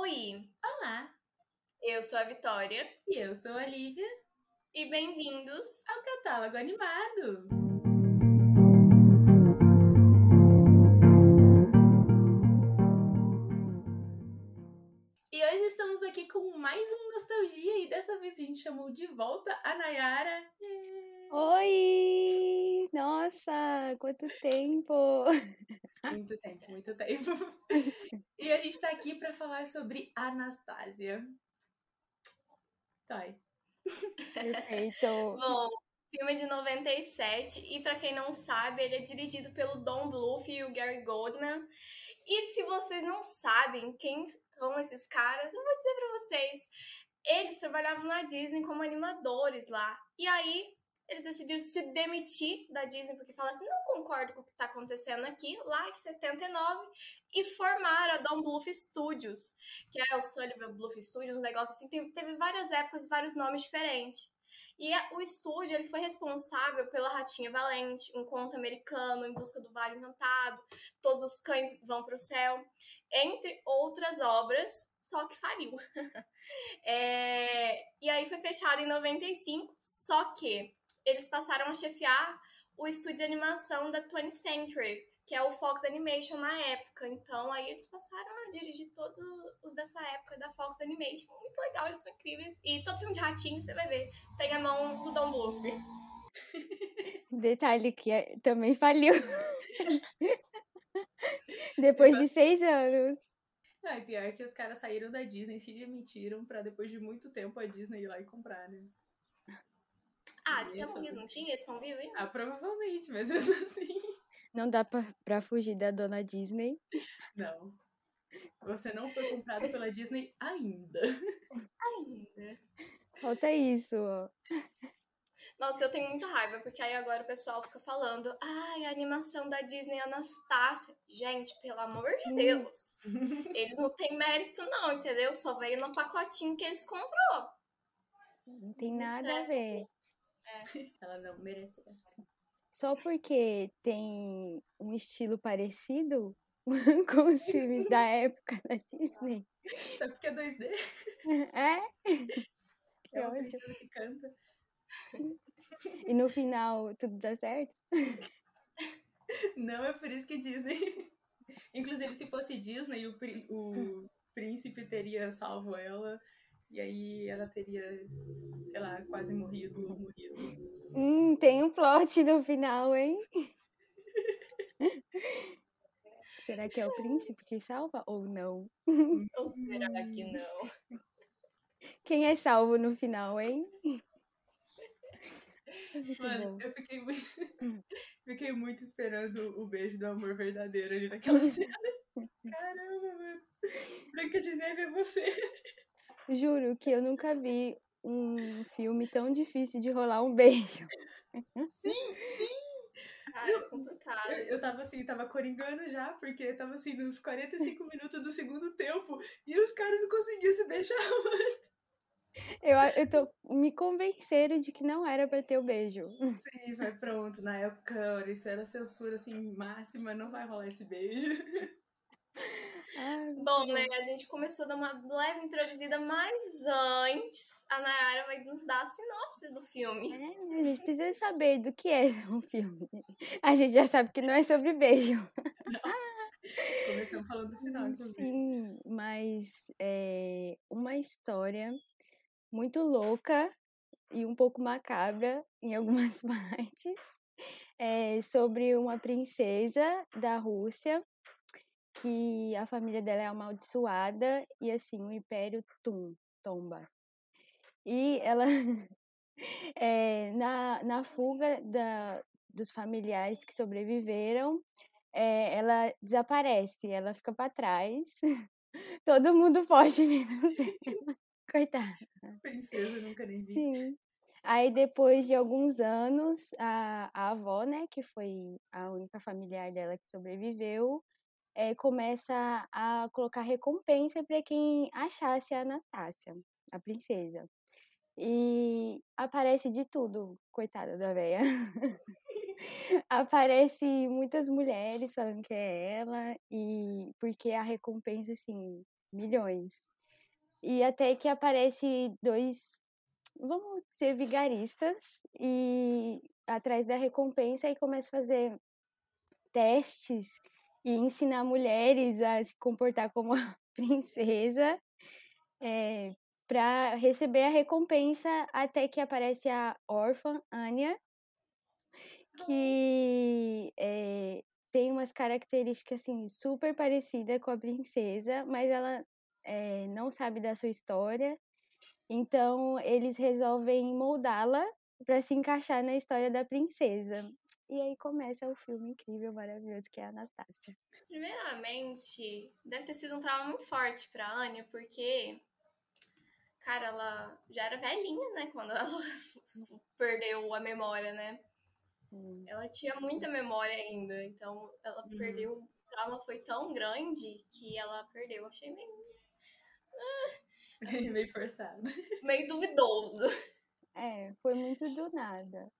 Oi, Olá, eu sou a Vitória e eu sou a Lívia e bem-vindos. ao Catálogo Animado. E hoje estamos aqui com mais um Nostalgia e dessa vez a gente chamou de volta a Nayara. Oi! Nossa, quanto tempo! Muito tempo, muito tempo. E a gente tá aqui para falar sobre Anastasia. Toy. Perfeito. Bom, filme de 97 e pra quem não sabe, ele é dirigido pelo Don Bluth e o Gary Goldman. E se vocês não sabem quem são esses caras, eu vou dizer pra vocês. Eles trabalhavam na Disney como animadores lá. E aí, eles decidiram se demitir da Disney porque falaram assim: não concordo com o que está acontecendo aqui, lá em 79, e formaram a Don Bluth Studios, que é o Sullivan Bluth Studios, um negócio assim. Teve várias épocas, vários nomes diferentes. E o estúdio ele foi responsável pela Ratinha Valente, Um Conto Americano, Em Busca do Vale Encantado, Todos os Cães Vão para o Céu, entre outras obras, só que faliu. E aí foi fechado em 95, só que eles passaram a chefiar o estúdio de animação da 20th Century, que é o Fox Animation na época. Então aí eles passaram a dirigir todos os dessa época da Fox Animation. Muito legal, eles são incríveis. E todo filme de ratinho, você vai ver, tem a mão do Don Bluth. Detalhe que também faliu. Depois de 6 anos. Não, e pior que os caras saíram da Disney, se demitiram pra depois de muito tempo a Disney ir lá e comprar, né? Ah, tinha morrido, não tinha? Eles estão vivos ainda? Ah, provavelmente, mas mesmo assim. Não dá pra fugir da dona Disney. Não. Você não foi comprado pela Disney ainda. Ainda. Falta isso, ó. Nossa, eu tenho muita raiva, porque aí agora o pessoal fica falando: ai, a animação da Disney Anastácia. Gente, pelo amor de Deus. Eles não têm mérito, não, entendeu? Só veio no pacotinho que eles compram. Não tem Me nada a estressa. ver. Ela não merece essa. Só porque tem um estilo parecido com os filmes da época da Disney. Só porque é 2D, É? Que é uma ódio. princesa que canta. Sim. E no final tudo dá certo? Não é por isso que Disney. Inclusive, se fosse Disney, o príncipe teria salvo ela. E aí ela teria, sei lá, quase morrido ou morrido. Tem um plot no final, hein? Será que é o príncipe que salva ou não? Ou será que não? Quem é salvo no final, hein? Muito Mano, bom. eu fiquei muito esperando o beijo do amor verdadeiro ali naquela cena. Caramba, mano. Branca de Neve é você. Juro que eu nunca vi um filme tão difícil de rolar um beijo. Sim, sim. Cara, é complicado. Eu tava assim, tava coringando já, porque tava assim, nos 45 minutos do segundo tempo, e os caras não conseguiam se beijar, mano. Eu tô me convencendo de que não era pra ter o beijo. Sim, vai pronto. Na época, olha, isso era censura assim, máxima, não vai rolar esse beijo. Ai, Bom, muito né? bom. A gente começou a dar uma leve introduzida, mas antes a Nayara vai nos dar a sinopse do filme. A gente precisa saber do que é um filme. A gente já sabe que não é sobre beijo. Começamos falando do final, inclusive. Sim, mas é uma história muito louca e um pouco macabra em algumas partes. É sobre uma princesa da Rússia que a família dela é amaldiçoada e assim o império tomba. E ela na fuga dos familiares que sobreviveram, ela desaparece, ela fica para trás. Todo mundo foge menos ela. Coitada. Princesa, nunca nem vi. Sim. Aí depois de alguns anos, a avó, né, que foi a única familiar dela que sobreviveu, começa a colocar recompensa para quem achasse a Anastácia, a princesa. E aparece de tudo, coitada da véia. Aparece muitas mulheres falando que é ela, e porque a recompensa, assim, milhões. E até que aparece dois, vamos ser vigaristas, e atrás da recompensa e começa a fazer testes e ensinar mulheres a se comportar como a princesa, para receber a recompensa, até que aparece a órfã Anya, que tem umas características assim super parecidas com a princesa, mas ela não sabe da sua história. Então eles resolvem moldá-la para se encaixar na história da princesa. E aí começa o filme incrível, maravilhoso, que é a Anastácia. Primeiramente, deve ter sido um trauma muito forte pra Anya, porque, cara, ela já era velhinha, né? Quando ela perdeu a memória, né? Ela tinha muita memória ainda, então ela perdeu. O trauma foi tão grande que ela perdeu. Achei meio. Assim, Meio forçado. meio duvidoso. Foi muito do nada.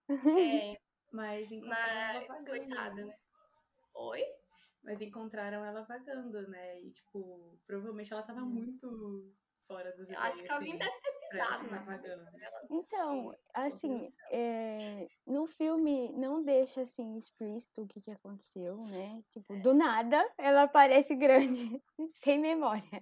Mas encontraram ela Mas, vagando, coitada, né? né? Oi? Mas encontraram ela vagando, né? E, tipo, provavelmente ela tava muito fora das Eu acho ideias, que alguém assim, deve ter pra ela pisado na ficar cabeça vagando. dela. Então, Porque assim, no filme não deixa assim explícito o que aconteceu, né? Tipo, do nada ela aparece grande, sem memória.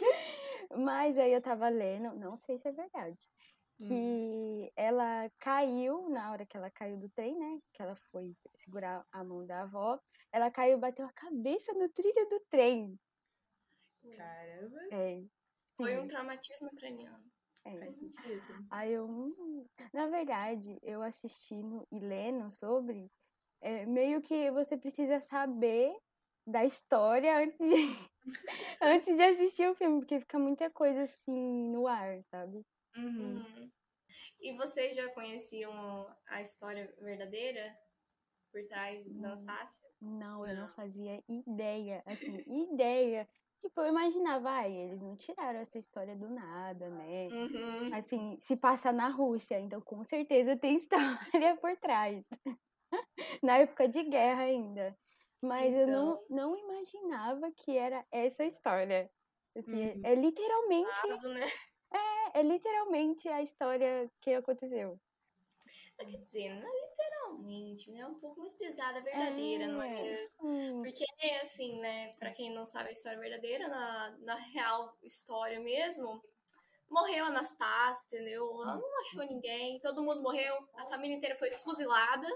Mas aí eu tava lendo, não sei se é verdade, que ela caiu na hora que ela caiu do trem, né? Que ela foi segurar a mão da avó. Ela caiu e bateu a cabeça no trilho do trem. Caramba, foi um Sim. traumatismo craniano. faz sentido. Aí na verdade, eu assistindo e lendo sobre, meio que você precisa saber da história antes de, antes de assistir o filme, porque fica muita coisa assim no ar, sabe? Uhum. E vocês já conheciam a história verdadeira por trás da Anastácia? Não, eu não fazia ideia, assim, ideia. Tipo, eu imaginava, eles não tiraram essa história do nada, né? Uhum. Assim, se passa na Rússia, então com certeza tem história por trás. Na época de guerra ainda. Mas eu Então, não imaginava que era essa história. Assim, Uhum. pesado, né? é literalmente a história que aconteceu. Quer dizer, não é literalmente, né? É um pouco mais pesada, verdadeira, não é mesmo? Sim. Porque, assim, né? Pra quem não sabe a história verdadeira, na real história mesmo, morreu a Anastácia, entendeu? Ela não achou ninguém, todo mundo morreu, a família inteira foi fuzilada.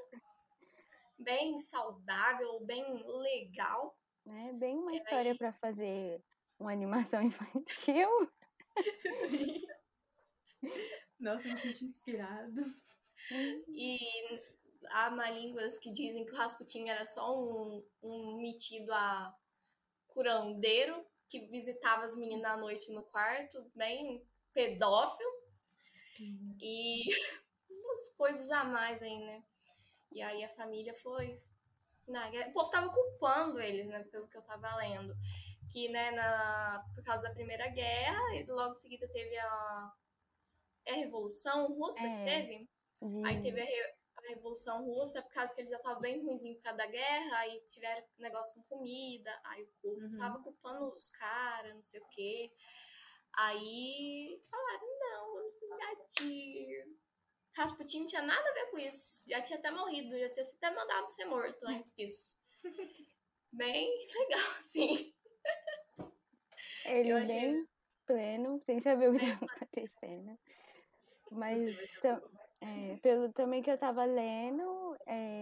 Bem saudável, bem legal. É bem uma E história aí, para fazer uma animação infantil. Sim. Nossa, me senti inspirado. e há má línguas que dizem que o Rasputin era só um metido a curandeiro que visitava as meninas à noite no quarto, bem pedófilo. E umas coisas a mais aí, né? E aí a família foi. O povo tava culpando eles, né? Pelo que eu tava lendo. Que, né, por causa da Primeira Guerra, e logo em seguida teve a Revolução Russa que teve. Aí teve a Revolução Russa, por causa que eles já estavam bem ruimzinhos por causa da guerra, aí tiveram negócio com comida, aí o povo tava culpando os caras, não sei o quê. Aí falaram, não, vamos invadir. Rasputin tinha nada a ver com isso. Já tinha até morrido, já tinha até mandado ser morto antes disso. Bem legal, assim. Eu Ele achei bem pleno, sem saber o que estava acontecendo. Mas Você vai ser pelo também que eu tava lendo,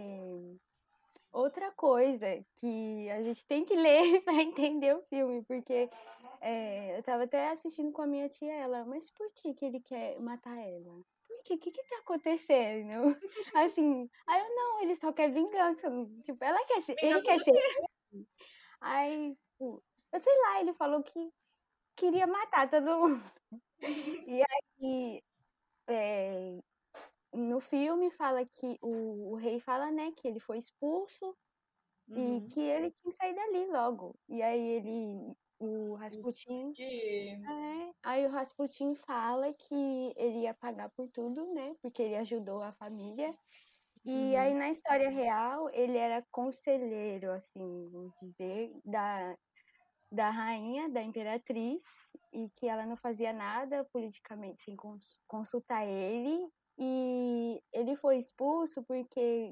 outra coisa que a gente tem que ler para entender o filme, porque eu tava até assistindo com a minha tia, ela, mas por que que ele quer matar ela? Por quê? O que que tá acontecendo? Assim, aí eu, não, ele só quer vingança. Tipo, ele vingança quer do ser. quê? Aí, tipo, eu sei lá, ele falou que queria matar todo mundo. E aí, no filme fala que o rei fala, né, que ele foi expulso e que ele tinha que sair dali logo. E aí o Rasputin, Que... aí o Rasputin fala que ele ia pagar por tudo, né, porque ele ajudou a família. E aí na história real ele era conselheiro, assim, vamos dizer, da rainha, da imperatriz, e que ela não fazia nada politicamente sem consultar ele. E ele foi expulso porque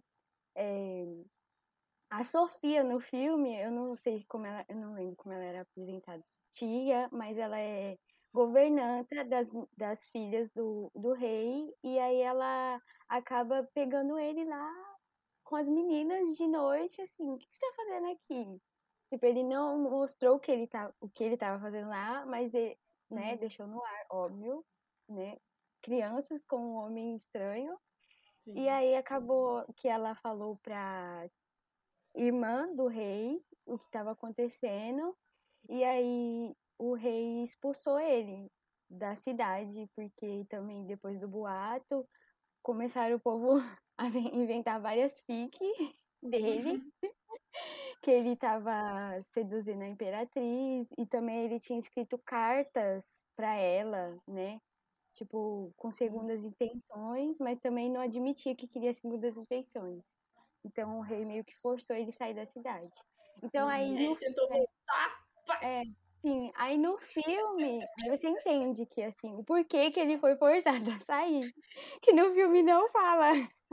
a Sofia no filme, eu não sei como ela, eu não lembro como ela era apresentada, tia, mas ela é governanta das filhas do rei, e aí ela acaba pegando ele lá com as meninas de noite, assim, o que você tá fazendo aqui? Tipo, ele não mostrou o que ele tava fazendo lá, mas ele, né, deixou no ar, óbvio, né? Crianças com um homem estranho. Sim. E aí acabou que ela falou pra irmã do rei o que estava acontecendo. E aí o rei expulsou ele da cidade, porque também depois do boato começaram o povo a inventar várias fiques dele, que ele estava seduzindo a imperatriz, e também ele tinha escrito cartas para ela, né? Tipo, com segundas intenções, mas também não admitia que queria segundas intenções. Então o rei meio que forçou ele a sair da cidade. Então aí Ele tentou voltar. sim, aí no filme, aí você entende que assim, o porquê que ele foi forçado a sair. Que no filme não fala.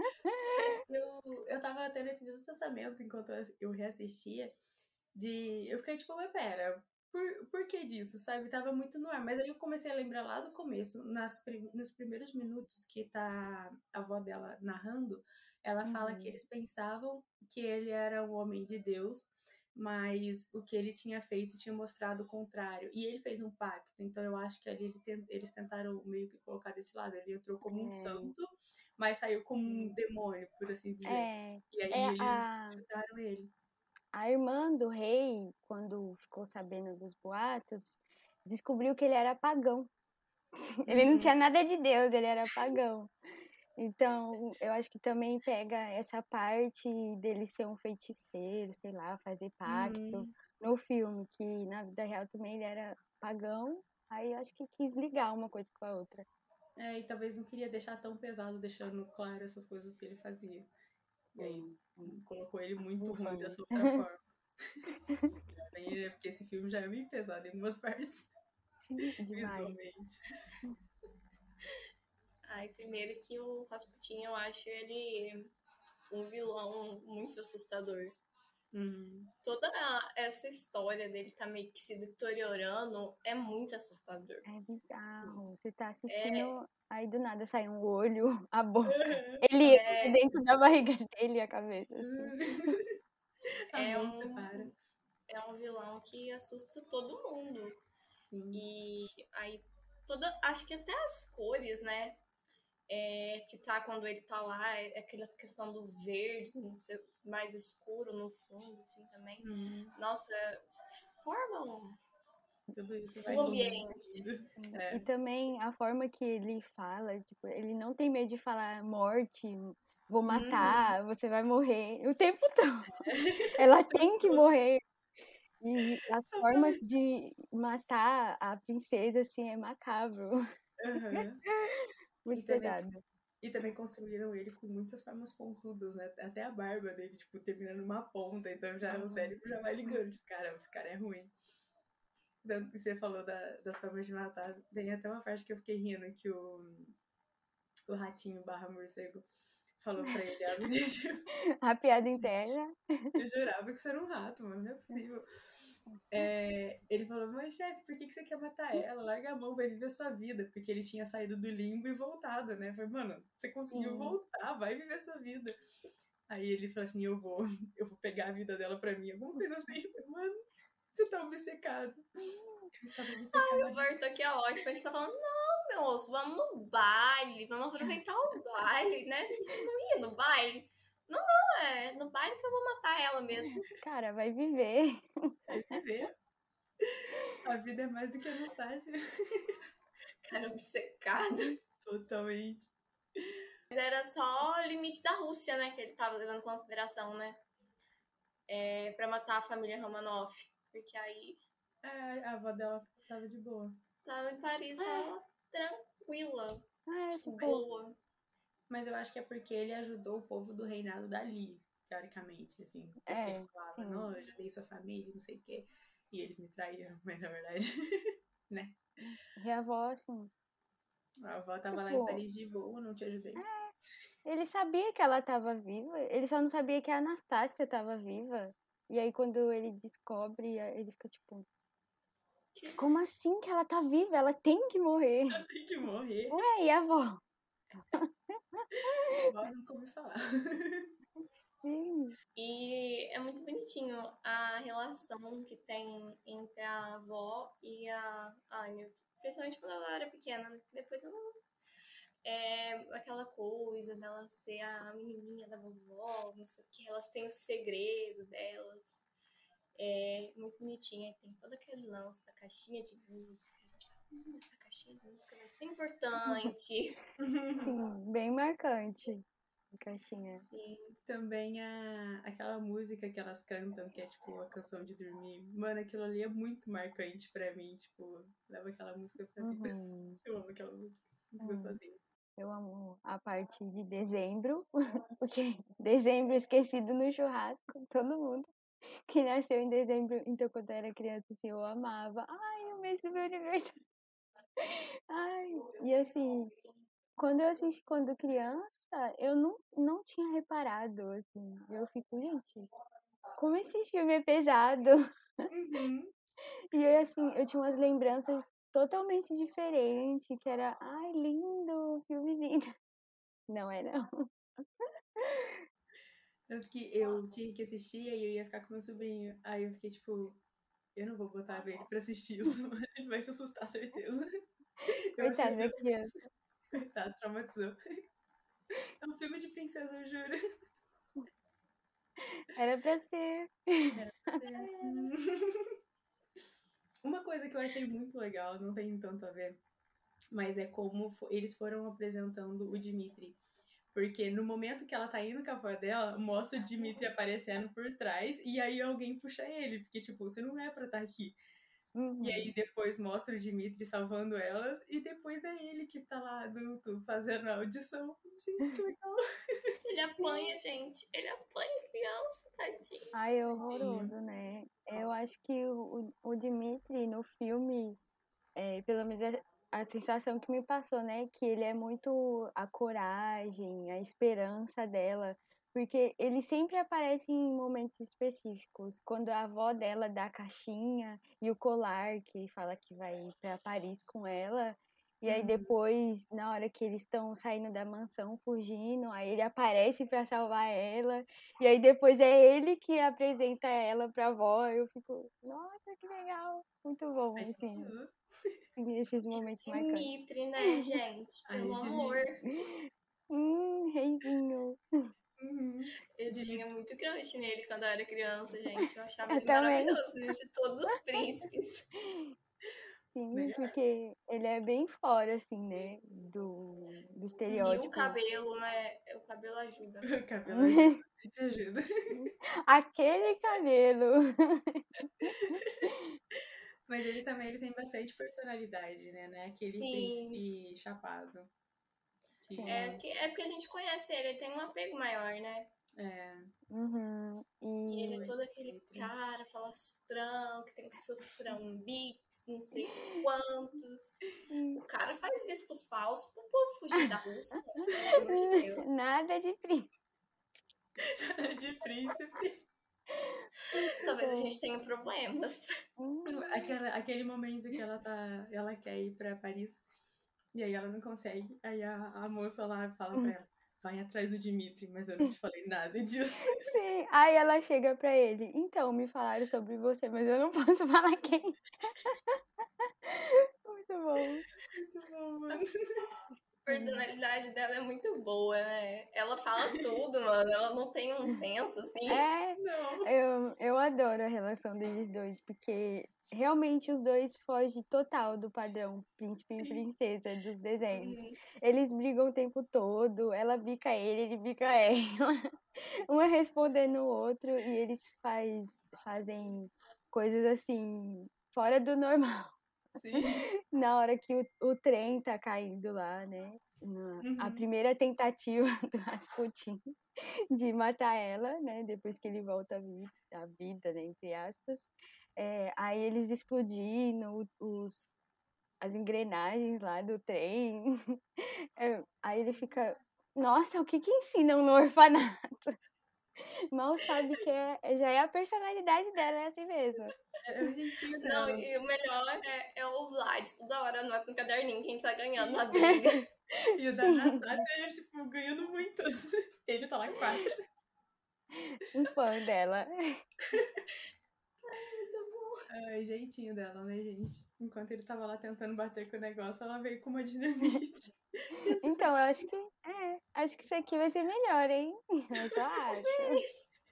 Eu tava tendo esse mesmo pensamento enquanto eu reassistia, eu fiquei tipo, mas pera, por que disso, sabe? Tava muito no ar, mas aí eu comecei a lembrar lá do começo, nos primeiros minutos que tá a avó dela narrando, ela fala que eles pensavam que ele era um homem de Deus, mas o que ele tinha feito tinha mostrado o contrário, e ele fez um pacto, então eu acho que ali eles tentaram meio que colocar desse lado, ele entrou como um santo, mas saiu como um demônio, por assim dizer. É, E aí é eles chutaram ele. a irmã do rei, quando ficou sabendo dos boatos, descobriu que ele era pagão. Ele não tinha nada de Deus, ele era pagão. Então, eu acho que também pega essa parte dele ser um feiticeiro, sei lá, fazer pacto no filme, que na vida real também ele era pagão, aí eu acho que quis ligar uma coisa com a outra. E talvez não queria deixar tão pesado, deixando claro essas coisas que ele fazia. E aí colocou ele muito ruim dessa outra forma. Porque esse filme já é meio pesado em algumas partes. Demais. Visualmente. Ai, primeiro que o Rasputin, eu acho ele um vilão muito assustador. Toda essa história dele tá meio que se deteriorando é muito assustador. É bizarro. Você tá assistindo, aí do nada sai um olho, a boca. Ele entra dentro da barriga dele, a cabeça. Assim. É um vilão que assusta todo mundo. Sim. E aí, acho que até as cores, né? Que tá quando ele tá lá, é aquela questão do verde, mais escuro no fundo, assim, também. Nossa, formam tudo isso o ambiente. E também a forma que ele fala, tipo, ele não tem medo de falar morte, vou matar, você vai morrer, o tempo todo. Ela tem que morrer. E as formas de matar a princesa, assim, é macabro. Muito pesado. E também construíram ele com muitas formas pontudas, né? Até a barba dele, tipo, terminando numa ponta. Então já o cérebro já vai ligando. Tipo, caramba, esse cara é ruim. Então, você falou das formas de matar. Tem até uma parte que eu fiquei rindo, que o ratinho barra morcego falou pra ele, a piada interna. Eu jurava que isso era um rato, mano, não é possível. Ele falou, mas chefe, por que você quer matar ela? Larga a mão, vai viver sua vida. Porque ele tinha saído do limbo e voltado, né? Eu falei, mano, você conseguiu voltar, vai viver sua vida. Aí ele falou assim, eu vou pegar a vida dela pra mim, alguma coisa assim. Eu falei, mano, você tá obcecado. Ele estava obcecado. O Berto aqui é ótimo, ele tá falando, não, meu moço, vamos no baile, vamos aproveitar o baile, né? A gente não ia no baile. Não, é no baile que eu vou matar ela mesmo. Cara, vai viver. Vai viver. A vida é mais do que Anastácia. Cara, obcecado. Totalmente. Mas era só o limite da Rússia, né? Que ele tava levando em consideração, né? Pra matar a família Romanov. Porque aí... a avó dela tava de boa. Tava em Paris, tava tranquila. Boa. Mas eu acho que é porque ele ajudou o povo do reinado dali, teoricamente, assim. Porque ele falava, não, eu ajudei sua família, não sei o quê. e eles me traíram, mas na verdade, né? E a avó, assim, A avó tava lá em tipo, Paris de boa, não te ajudei. ele sabia que ela tava viva, ele só não sabia que a Anastácia tava viva. E aí, quando ele descobre, ele fica tipo, como assim que ela tá viva? Ela tem que morrer. Tem que morrer. Ué, e a avó? Agora nunca ouvi falar. Sim. E é muito bonitinho a relação que tem entre a avó e a Anya. Principalmente quando ela era pequena, né? Porque depois ela é aquela coisa dela ser a menininha da vovó, não sei o que, elas têm o segredo delas. É muito bonitinha. E tem todo aquele lance da caixinha de música. A gente fala, essa caixinha de música vai ser importante. Sim, bem marcante a caixinha. Sim. Também aquela música que elas cantam, que é tipo a canção de dormir. Mano, aquilo ali é muito marcante pra mim. Tipo, leva aquela música pra vida. Uhum. Eu amo aquela música. Muito gostosinha. Eu amo a parte de dezembro, porque dezembro esquecido no churrasco, todo mundo que nasceu em dezembro, então quando eu era criança, assim, eu amava. Ai, o mês do meu aniversário. Ai, e assim, quando eu assisti quando criança, eu não tinha reparado, assim. Eu fico, gente, como esse filme é pesado. Uhum. E aí, assim, eu tinha umas lembranças totalmente diferentes, que era, ai, lindo, filme lindo. Não é, não. Tanto que eu tinha que assistir, aí eu ia ficar com meu sobrinho. Aí eu fiquei tipo, eu não vou botar ele pra assistir isso, ele vai se assustar, certeza. Eu Coitada assisti da depois. criança. Coitado, traumatizou. É um filme de princesa, eu juro. Era pra ser. Era pra ser. Uma coisa que eu achei muito legal, não tem tanto a ver, mas é como eles foram apresentando o Dimitri. Porque no momento que ela tá indo com a avó dela, mostra o Dimitri aparecendo por trás e aí alguém puxa ele, porque tipo, você não é pra estar aqui. E aí depois mostra o Dimitri salvando elas e depois é ele que tá lá adulto fazendo a audição. Gente, que legal. Ele apanha, gente. Ele apanha criança, tadinho. Ai, é horroroso, né? Eu Nossa. acho que o Dimitri no filme, pelo menos a sensação que me passou, né? Que ele é muito a coragem, a esperança dela. Porque ele sempre aparece em momentos específicos. Quando a avó dela dá a caixinha e o colar, que fala que vai para Paris com ela. E aí depois, na hora que eles estão saindo da mansão, fugindo, aí ele aparece para salvar ela. E aí depois é ele que apresenta ela pra avó. Eu fico, nossa, que legal. Muito bom, Faz assim, sentido. esses momentos marcantes. Dimitri, né, gente? Ai, Pelo amor. Reizinho. Eu tinha muito crush nele quando eu era criança, gente. Eu achava Eu ele também. maravilhoso, de todos os príncipes. Sim, Melhor. porque ele é bem fora, assim, né? Do E o estereótipo. cabelo, né? O cabelo ajuda. O cabelo ajuda, sempre ajuda. Aquele cabelo. Mas ele também ele tem bastante personalidade, né? Não é aquele Sim. príncipe chapado. Que, Sim. É porque a gente conhece ele, ele tem um apego maior, né? é, Uhum. E ele é Mas todo aquele Dimitri. cara falastrão, que tem os seus trambiques, não sei quantos. O cara faz visto falso pro povo fugir da Rússia, gente, pelo amor de Deus. Nada de príncipe. De príncipe. Talvez a gente tenha problemas. Aquele momento que ela quer ir pra Paris e aí ela não consegue. Aí a moça lá fala pra ela, vai atrás do Dimitri, mas eu não te falei nada disso. Sim. Aí ela chega pra ele. Então, me falaram sobre você, mas eu não posso falar quem. Muito bom. Muito bom, mano. A personalidade dela é muito boa, né? Ela fala tudo, mano. Ela não tem um senso, assim. Não. Eu adoro a relação deles dois, porque realmente os dois fogem total do padrão príncipe e princesa dos desenhos. Eles brigam o tempo todo, ela bica ele bica ela. Um é respondendo o outro e eles fazem coisas assim, fora do normal. Sim. Na hora que o trem tá caindo lá, né? A Uhum. primeira tentativa do Rasputin de matar ela, né? Depois que ele volta à vida, né? Entre aspas. Aí eles explodindo as engrenagens lá do trem. Aí ele fica, nossa, o que ensinam no orfanato? Mal sabe que já é a personalidade dela, é assim mesmo. É o jeitinho Não, dela. e o melhor é o Vlad, toda hora anota no caderninho quem tá ganhando na briga. E o da Anastasia, tipo, ganhando muito. Ele tá lá em 4. Um fã dela. É, jeitinho dela, né, gente? Enquanto ele tava lá tentando bater com o negócio, ela veio com uma dinamite. Tenta isso Então, eu aqui. acho que isso aqui vai ser melhor, hein? Eu só acho.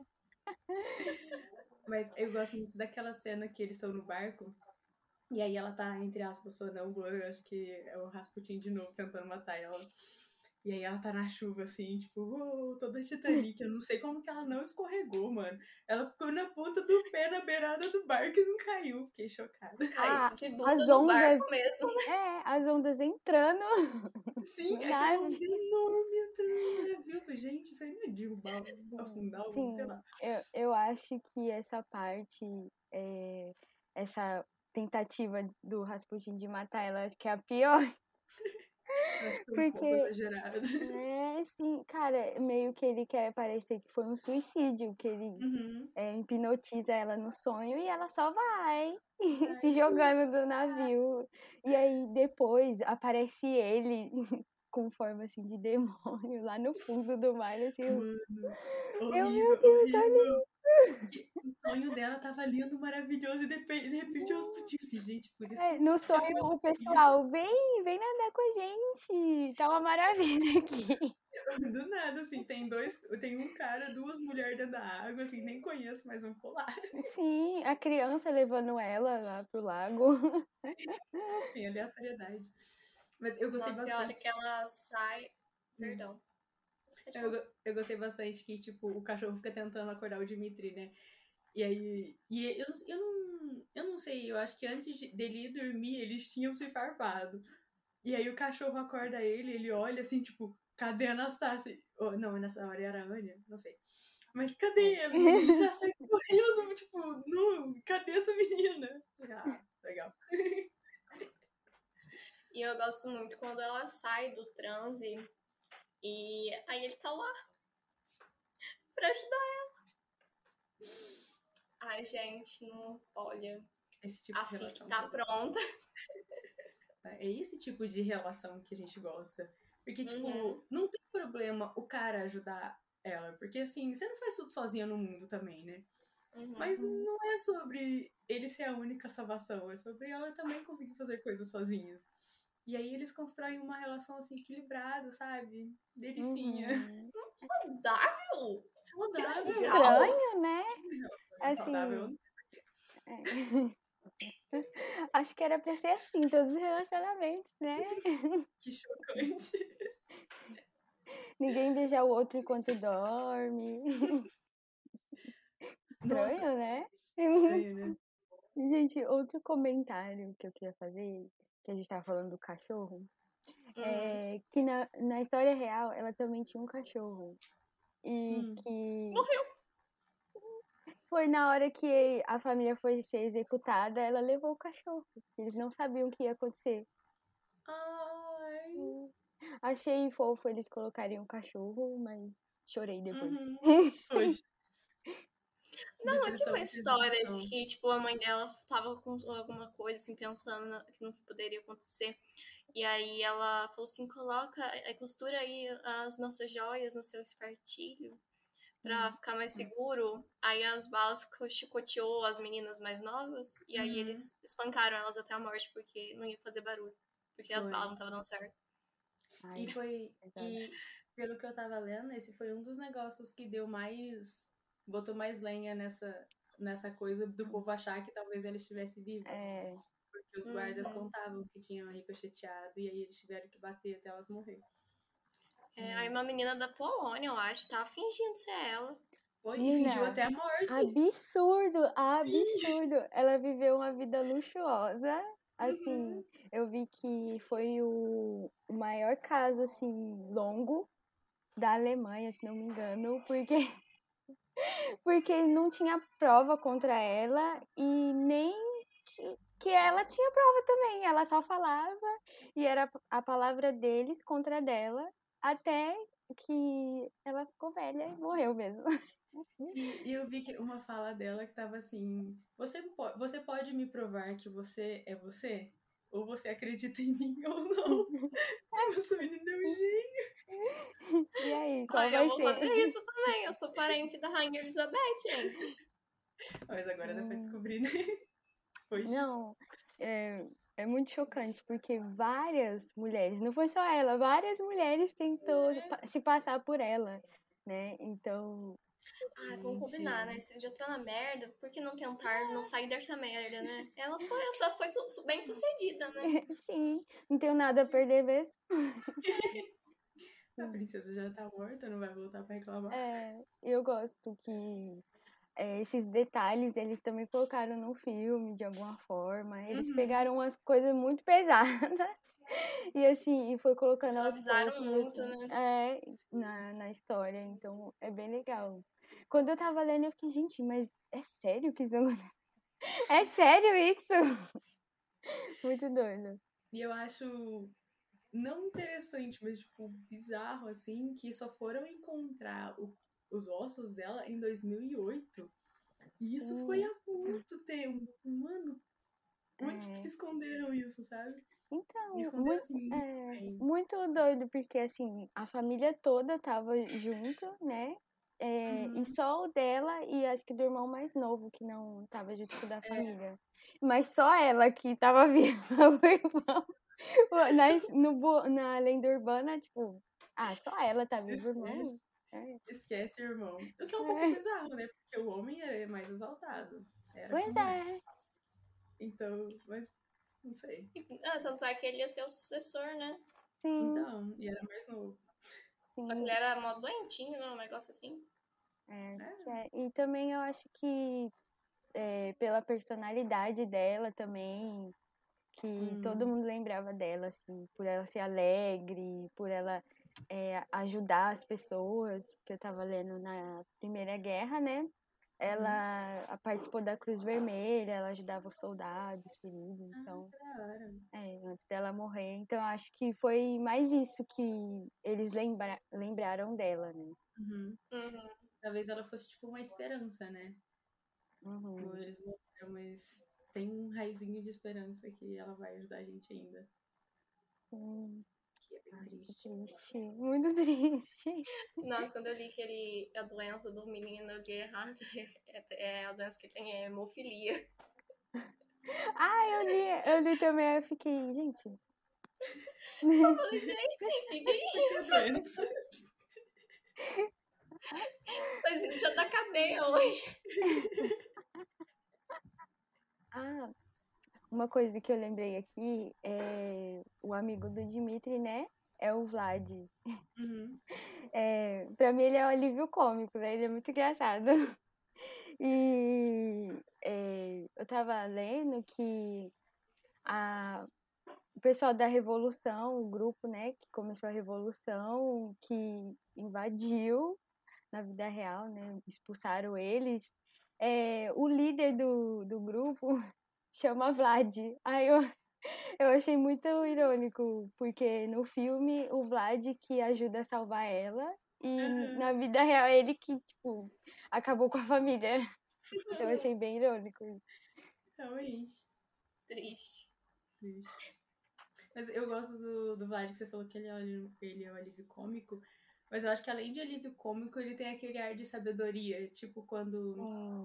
Mas eu gosto muito daquela cena que eles estão no barco. E aí ela tá, entre aspas, sonâmbula. Eu acho que é o Rasputin de novo tentando matar ela. E aí ela tá na chuva, assim, tipo, toda Titanic. Eu não sei como que ela não escorregou, mano. Ela ficou na ponta do pé, na beirada do barco e não caiu. Fiquei chocada. Caiu de bunda As no ondas. barco mesmo. As ondas entrando Sim, no aquela nave. onda enorme entrando no navio. Gente, isso aí não é derrubar, afundar, sei Sim, lá. eu acho que essa parte, essa tentativa do Rasputin de matar ela, acho que é a pior. Eu acho que foi um pouco Porque, exagerado. sim, cara, meio que ele quer parecer que foi um suicídio, que ele Uhum. hipnotiza ela no sonho e ela só vai Ai, se jogando do navio. E aí depois aparece ele com forma assim de demônio lá no fundo do mar, assim, mano, meu horrível, Deus, horrível. E o sonho dela tava lindo, maravilhoso, e de repente eu explodi. Gente, por isso que eu não no quero tirar sonho meu o sangue. pessoal, vem nadar com a gente, tá uma maravilha aqui. Do nada, assim, tem um cara, 2 mulheres dentro da água, assim, nem conheço, mas vamos pular. Sim, a criança levando ela lá pro lago. Enfim, aleatoriedade. Mas eu gostei Nossa, e a hora bastante. que ela sai. Hum. Perdão. Pode falar. Eu gostei bastante que, tipo, o cachorro fica tentando acordar o Dimitri, né? E aí. Eu não sei, eu acho que antes dele ir dormir, eles tinham se farpado. E aí o cachorro acorda ele olha assim, tipo, cadê a Anastácia? Oh, não, nessa hora era a Anya, não sei. Mas cadê ele? E aí ele já sai correndo, tipo, não, cadê essa menina? Ah, legal. E eu gosto muito quando ela sai do transe e aí ele tá lá pra ajudar. Ai, gente, não. Olha, Esse tipo a de FIC relação que tá eu gosto. pronta. É esse tipo de relação que a gente gosta. Porque, Uhum. tipo, não tem problema o cara ajudar ela. Porque, assim, você não faz tudo sozinha no mundo também, né? Mas Uhum. não é sobre ele ser a única salvação. É sobre ela também conseguir fazer coisas sozinhas. E aí eles constroem uma relação, assim, equilibrada, sabe? Delicinha. Uhum. Saudável? Que Saudável. legal! Estranho, né? Saudável, eu Assim, não sei porquê. acho que era pra ser assim, todos os relacionamentos, né? Que chocante. Ninguém beija o outro enquanto dorme. Nossa, Estranho, né? estranho, né? Gente, outro comentário que eu queria fazer, que a gente tava falando do cachorro, é que na história real ela também tinha um cachorro. E que Morreu. foi na hora que a família foi ser executada, ela levou o cachorro. Eles não sabiam o que ia acontecer. Ai. Achei fofo eles colocarem um cachorro, mas chorei depois. Uhum. Poxa. Não, eu tinha Depressão uma e história de decepção. que, tipo, a mãe dela tava com alguma coisa, assim, pensando no que poderia acontecer. E aí ela falou assim, costura aí as nossas joias no seu espartilho pra ficar mais seguro. Aí as balas chicoteou as meninas mais novas e aí Uhum. eles espancaram elas até a morte porque não ia fazer barulho. Porque as Foi. balas não estavam dando certo. Ai, E pelo que eu tava lendo, esse foi um dos negócios que botou mais lenha nessa coisa do povo achar que talvez ela estivesse viva. Porque os guardas contavam que tinham ricocheteado e aí eles tiveram que bater até elas morrerem. Aí uma menina da Polônia, eu acho, tava fingindo ser ela. Foi, e Menina, fingiu até a morte. absurdo, absurdo. Ela viveu uma vida luxuosa, Assim, eu vi que foi o maior caso, assim, longo da Alemanha, se não me engano, porque não tinha prova contra ela e nem que ela tinha prova também. Ela só falava e era a palavra deles contra a dela, até que ela ficou velha e morreu mesmo. E eu vi que uma fala dela que tava assim: você pode me provar que você é você? Ou você acredita em mim ou não? Essa menina é um gênio. E aí, qual Ai, eu vai vou ser? fazer isso também. Eu sou parente da Rainha Elizabeth, gente. Mas agora dá pra descobrir, né? Pois. Não, é muito chocante, porque várias mulheres, não foi só ela, várias mulheres tentou se passar por ela, né? Então, Ah, vamos combinar, né? Se já tá na merda, por que não tentar não sair dessa merda, né? Ela só foi bem sucedida, né? sim, não tenho nada a perder mesmo. A princesa já tá morta, não vai voltar pra reclamar. Eu gosto que esses detalhes eles também colocaram no filme de alguma forma. Eles pegaram umas coisas muito pesadas e assim, e foi colocando aos Suavizaram poucos muito, assim, né? na história. Então é bem legal. Quando eu tava lendo, eu fiquei, gente, mas é sério que isso aconteceu? É sério isso? Muito doido. E eu acho não interessante, mas tipo bizarro assim, que só foram encontrar os ossos dela em 2008. E isso foi Sim. há muito tempo. Mano, onde que esconderam isso, sabe? Então, Esconderam assim muito bem. muito doido, porque assim, a família toda tava junto, né? E só o dela e acho que do irmão mais novo, que não tava junto com o da família. Mas só ela que tava viva, o irmão. Na lenda urbana, tipo, só ela tá viva, o irmão. Esquece, irmão. O que é um pouco bizarro, né? Porque o homem é mais exaltado. Era Pois é. Então, mas não sei. Tanto é que ele ia ser o sucessor, né? Sim, Então, e era mais novo. Só que sim. ele era mó doentinho, né? Um negócio assim. Acho que é. E também eu acho que pela personalidade dela também, que todo mundo lembrava dela, assim, por ela ser alegre, por ela ajudar as pessoas, que eu tava lendo na Primeira Guerra, né? Ela participou da Cruz Vermelha, ela ajudava os soldados feridos, então, Que da hora. antes dela morrer. Então, eu acho que foi mais isso que eles lembraram dela, né? Talvez ela fosse tipo uma esperança, né? Como eles morreram, mas tem um raizinho de esperança que ela vai ajudar a gente ainda. Que é bem triste. Triste, muito triste. Nossa, quando eu li que a doença do menino de errado a doença que ele tem é hemofilia. Eu li também, eu fiquei, gente. Eu falei, gente, que é isso? Doença. Mas deixa da cadeia hoje. Uma coisa que eu lembrei aqui é o amigo do Dimitri, né? É o Vlad. Pra mim ele é um alívio cômico, né? Ele é muito engraçado. E eu tava lendo que o pessoal da Revolução, o grupo, né, que começou a Revolução, que invadiu na vida real, né, expulsaram eles. O líder do grupo chama Vlad. Aí eu achei muito irônico, porque no filme o Vlad que ajuda a salvar ela e na vida real é ele que, tipo, acabou com a família. Eu achei bem irônico isso. Realmente. Triste. Mas eu gosto do Vlad, que você falou que ele é o alívio cômico. Mas eu acho que além de alívio cômico, ele tem aquele ar de sabedoria. Tipo, quando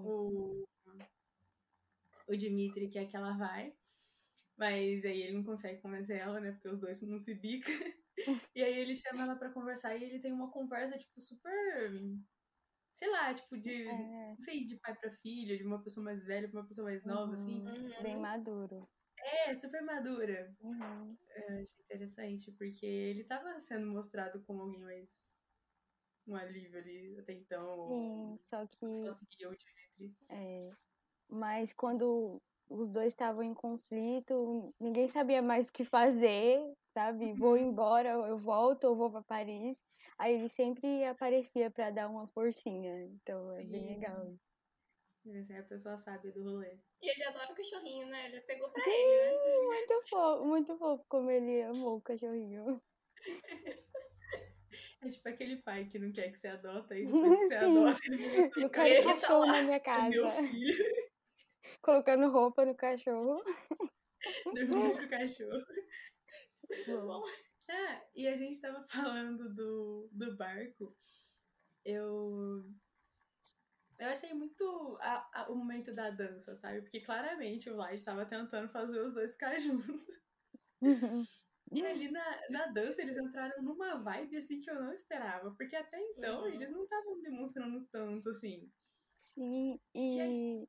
o Dimitri quer que ela vai. Mas aí ele não consegue convencer ela, né? Porque os dois não se bicam. E aí ele chama ela pra conversar e ele tem uma conversa, tipo, super... Sei lá, tipo, não sei, de pai pra filho, de uma pessoa mais velha pra uma pessoa mais nova, assim. Bem maduro. Super madura. Eu achei interessante, porque ele tava sendo mostrado como alguém mais... um alívio ali até então. Sim, só que... Só seguia o Dimitri. Mas quando os dois estavam em conflito, ninguém sabia mais o que fazer, sabe? Vou embora, eu volto, ou vou pra Paris. Aí ele sempre aparecia pra dar uma forcinha, então é bem legal. Essa é a pessoa sábia do rolê. E ele adora o cachorrinho, né? Ele pegou pra Sim, ele, né? muito fofo como ele amou o cachorrinho. É tipo aquele pai que não quer que você adota, e depois que você Sim, adota, ele vira não tua quero Ele tá cachorro lá. na minha é meu casa. filho, Colocando roupa no cachorro. dormindo com o cachorro. Bom, Ah, e a gente tava falando do barco. Eu achei muito o momento da dança, sabe? Porque claramente o Vlad estava tentando fazer os dois ficar juntos. E ali na dança eles entraram numa vibe assim que eu não esperava. Porque até então eles não estavam demonstrando tanto assim. Sim, E aí,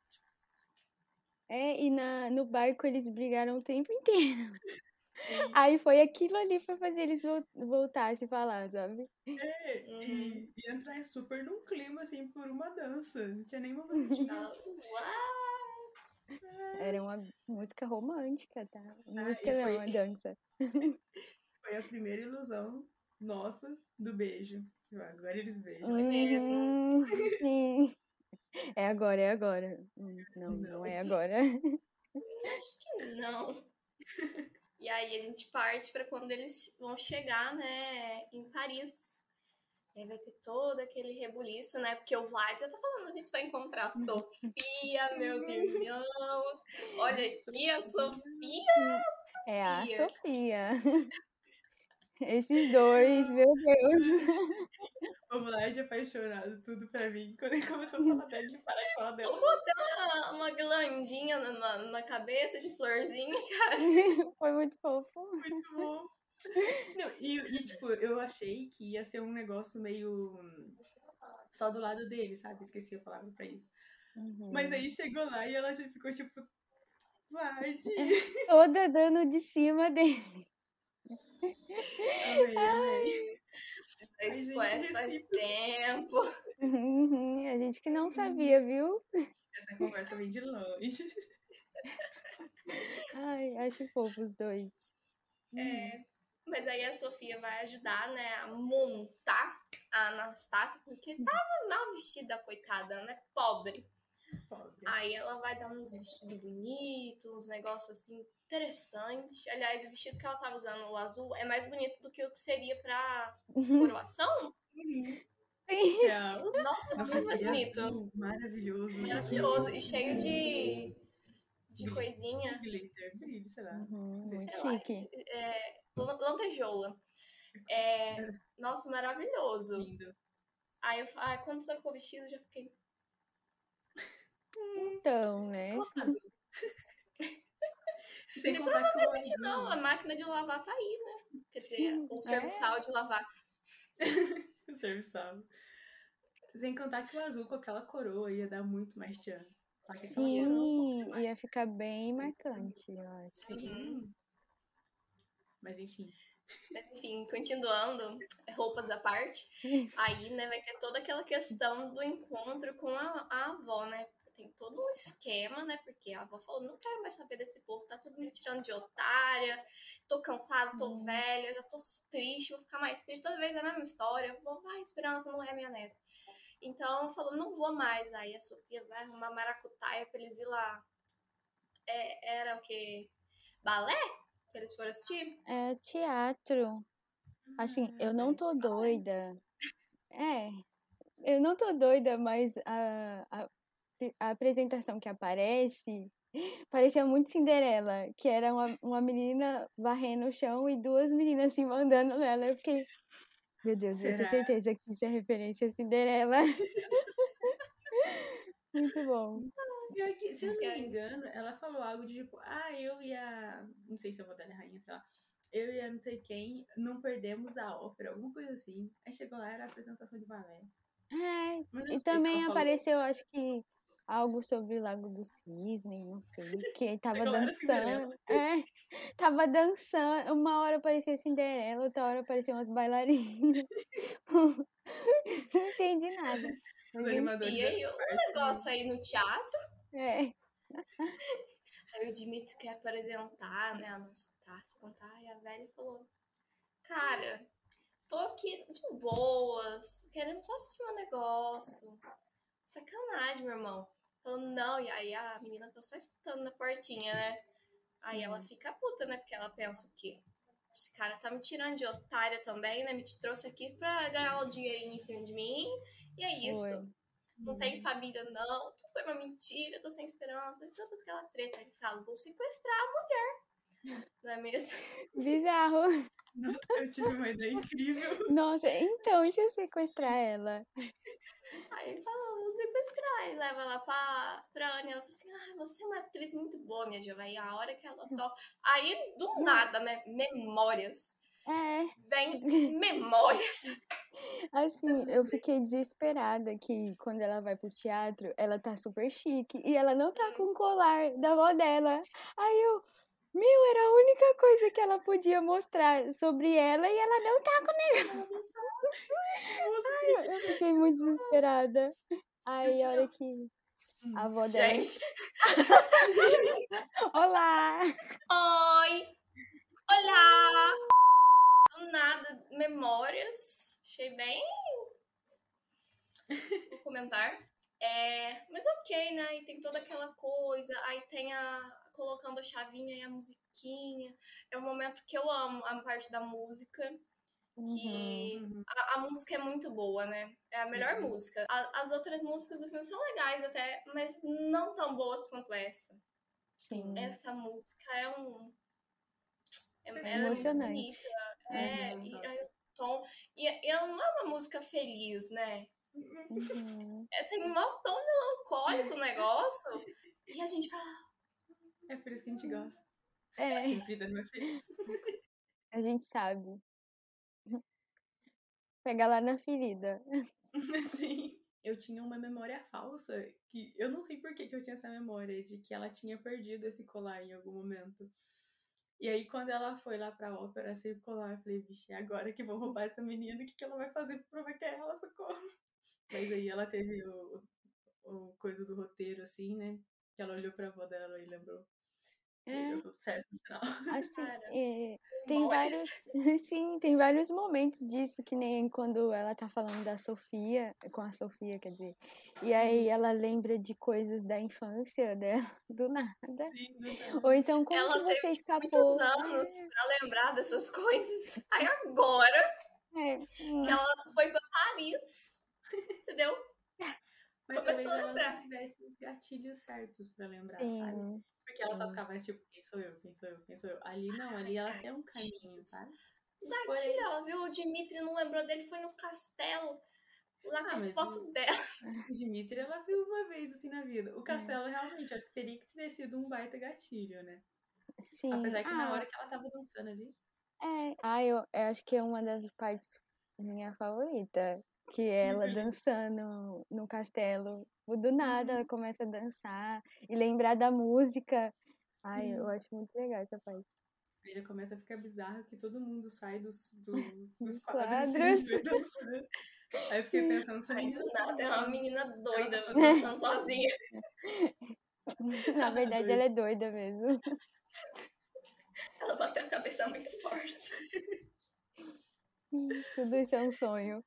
no barco eles brigaram o tempo inteiro. sim, Aí foi aquilo ali pra fazer eles voltar a se falar, sabe? e entrar super num clima assim por uma dança. Não tinha nenhuma musiquinha. Fala, what? Era uma música romântica, tá? Música E não, foi, uma dança. foi a primeira ilusão nossa do beijo. Agora eles beijam. Foi mesmo. Sim. É agora, é agora. Não, Não. não é agora. Acho que não. E aí a gente parte pra quando eles vão chegar, né, em Paris. Aí vai ter todo aquele rebuliço, né? Porque o Vlad já tá falando, a gente vai encontrar a Sofia, meus irmãos. Olha aqui a Sofia. É a Sofia. Sofia. Esses dois, meu Deus. O Vlad é apaixonado, tudo pra mim. Quando ele começou a falar dela, ele para de falar dela. Eu vou ter uma guirlandinha na cabeça de florzinha. Foi muito fofo. Muito bom. Não, tipo, eu achei que ia ser um negócio meio só do lado dele, sabe? Esqueci a palavra pra isso. Mas aí chegou lá e ela ficou tipo, Vlad. Toda dando de cima dele. Amei. Esse quest faz tempo. A gente que não sabia, viu? Essa conversa vem de longe. Ai, acho fofo os dois. Mas aí a Sofia vai ajudar, né, a montar a Anastácia, porque tava mal vestida, coitada, né? Pobre. Pobre. Aí ela vai dar uns vestidos bonitos, uns negócios assim interessantes. Aliás, o vestido que ela tava usando, o azul, é mais bonito do que o que seria pra coroação. Real. Nossa, Nossa, muito mais aquele bonito. azul maravilhoso. Maravilhoso. E cheio de coisinha. Glitter, brilho, sei lá. Muito Sei lá, chique. lantejoula. Nossa, maravilhoso. Lindo. Aí quando trocou o vestido, eu já fiquei. Então, né? Azul. Sem E contar que o provavelmente azul... não, a máquina de lavar tá aí, né? Quer dizer, o serviçal de lavar. Serviçal. Sem contar que o azul com aquela coroa ia dar muito mais tchan. Só que aquela Sim, coroa um pouco mais. ia ficar bem marcante, eu acho. Sim. Mas enfim. Mas enfim, continuando, roupas à parte, aí, né, vai ter toda aquela questão do encontro com a avó, né? Tem todo um esquema, né? Porque a avó falou, não quero mais saber desse povo, tá tudo me tirando de otária, tô cansada, tô velha, já tô triste, vou ficar mais triste, toda vez é a mesma história, vou, vai, Esperança, não é minha neta. Então, falou, não vou mais. Aí a Sofia vai arrumar maracutaia pra eles ir lá. Era o quê? Balé? Que eles foram assistir? É teatro. Assim, eu não tô doida. Eu não tô doida, mas a apresentação que aparece parecia muito Cinderela, que era uma menina varrendo o chão e duas meninas assim mandando nela. Eu fiquei, meu Deus, eu tenho certeza que isso é referência a Cinderela. Muito bom. Pior que, se eu não me engano, ela falou algo de tipo, eu e a. Não sei se eu vou dar a rainha, sei lá. Eu e a não sei quem não perdemos a ópera, alguma coisa assim. Aí chegou lá, era a apresentação de balé. Mas eu E não sei se também ela apareceu, acho que, algo sobre o Lago do Cisne, não sei, que tava Chegou lá, era dançando. Cinderela. Tava dançando. Uma hora parecia Cinderela, outra hora parecia umas bailarinas. Não entendi nada. Os animadores E aí, dessa um parte. negócio aí no teatro. Aí o Dimitri quer apresentar, né, a Anastácia, contar, e a velha falou, cara, tô aqui de boas, querendo só assistir um negócio. Sacanagem, meu irmão. Falou, não, e aí a menina tá só escutando na portinha, né? Aí ela fica puta, né? Porque ela pensa o quê? Esse cara tá me tirando de otária também, né? Me trouxe aqui pra ganhar um dinheirinho em cima de mim. E é isso. Oi. Não tem família, não. Tudo foi uma mentira, tô sem esperança. E toda aquela treta. Ele fala, vou sequestrar a mulher. Não é mesmo? Bizarro. Nossa, eu tive uma ideia incrível. Nossa, então, e se eu sequestrar ela? Aí ele fala, vou sequestrar. E leva ela pra Anne. Ela fala assim, você é uma atriz muito boa, minha diva. Aí a hora que ela toca... Aí, do nada, né? Memórias. É, Vem memórias. assim, eu fiquei desesperada que quando ela vai pro teatro, ela tá super chique e ela não tá com o colar da avó dela. Aí era a única coisa que ela podia mostrar sobre ela e ela não tá com ele. Ai, eu fiquei muito desesperada. Aí a hora que a avó dela... Gente. Olá! Oi! Olá! Do nada, memórias. Achei bem... Vou comentar. Mas ok, né? E tem toda aquela coisa. Aí tem colocando a chavinha e a musiquinha. É um momento que eu amo, a parte da música. Que a música é muito boa, né? É a melhor música. As outras músicas do filme são legais até, mas não tão boas quanto essa. Sim. Essa música ela é muito Emocionante. bonita. E aí o tom. E ela não é uma música feliz, né? Tem um tom melancólico o negócio. E a gente fala. É por isso que a gente gosta. É. A vida não é feliz. A gente sabe. Pega lá na ferida. Sim. Eu tinha uma memória falsa, que eu não sei por que eu tinha essa memória, de que ela tinha perdido esse colar em algum momento. E aí, quando ela foi lá pra ópera sem o colar, eu falei, vixe, é agora que vão roubar essa menina, o que ela vai fazer pra provar que é ela, socorro? Mas aí ela teve o coisa do roteiro, assim, né? Que ela olhou pra avó dela e lembrou. E deu tudo certo no final. Assim, Cara, tem vários. Sim, tem vários momentos disso, que nem quando ela tá falando da Sofia, com a Sofia, quer dizer. E aí ela lembra de coisas da infância dela, do nada. Sim, do nada. Ou então, como ela que você teve escapou? muitos anos pra lembrar dessas coisas. Aí agora que ela foi pra Paris, entendeu? Mas Começou talvez a ela lembrar. não tivesse os gatilhos certos pra lembrar, Sim. sabe? Porque ela só ficava tipo, quem sou eu, quem sou eu, quem sou eu. Ali não, ali ela tem um caminho, sabe? Gatilho, ela viu o Dimitri, não lembrou dele, foi no castelo, lá com as mas fotos dela. O Dimitri, ela viu uma vez assim na vida. O castelo realmente, acho que teria que ter sido um baita gatilho, né? Sim. Apesar que na hora que ela tava dançando ali. Eu acho que é uma das partes minha favorita. Que é ela dançando no castelo. Do nada ela começa a dançar e lembrar da música. Ai, eu acho muito legal essa parte. Aí já começa a ficar bizarro que todo mundo sai dos quadros quadros. e vai dançando. Aí eu fiquei pensando, essa menina do nada, é uma menina doida tá dançando sozinha. Na verdade, ela é doida mesmo. Ela bateu a cabeça muito forte. Tudo isso é um sonho.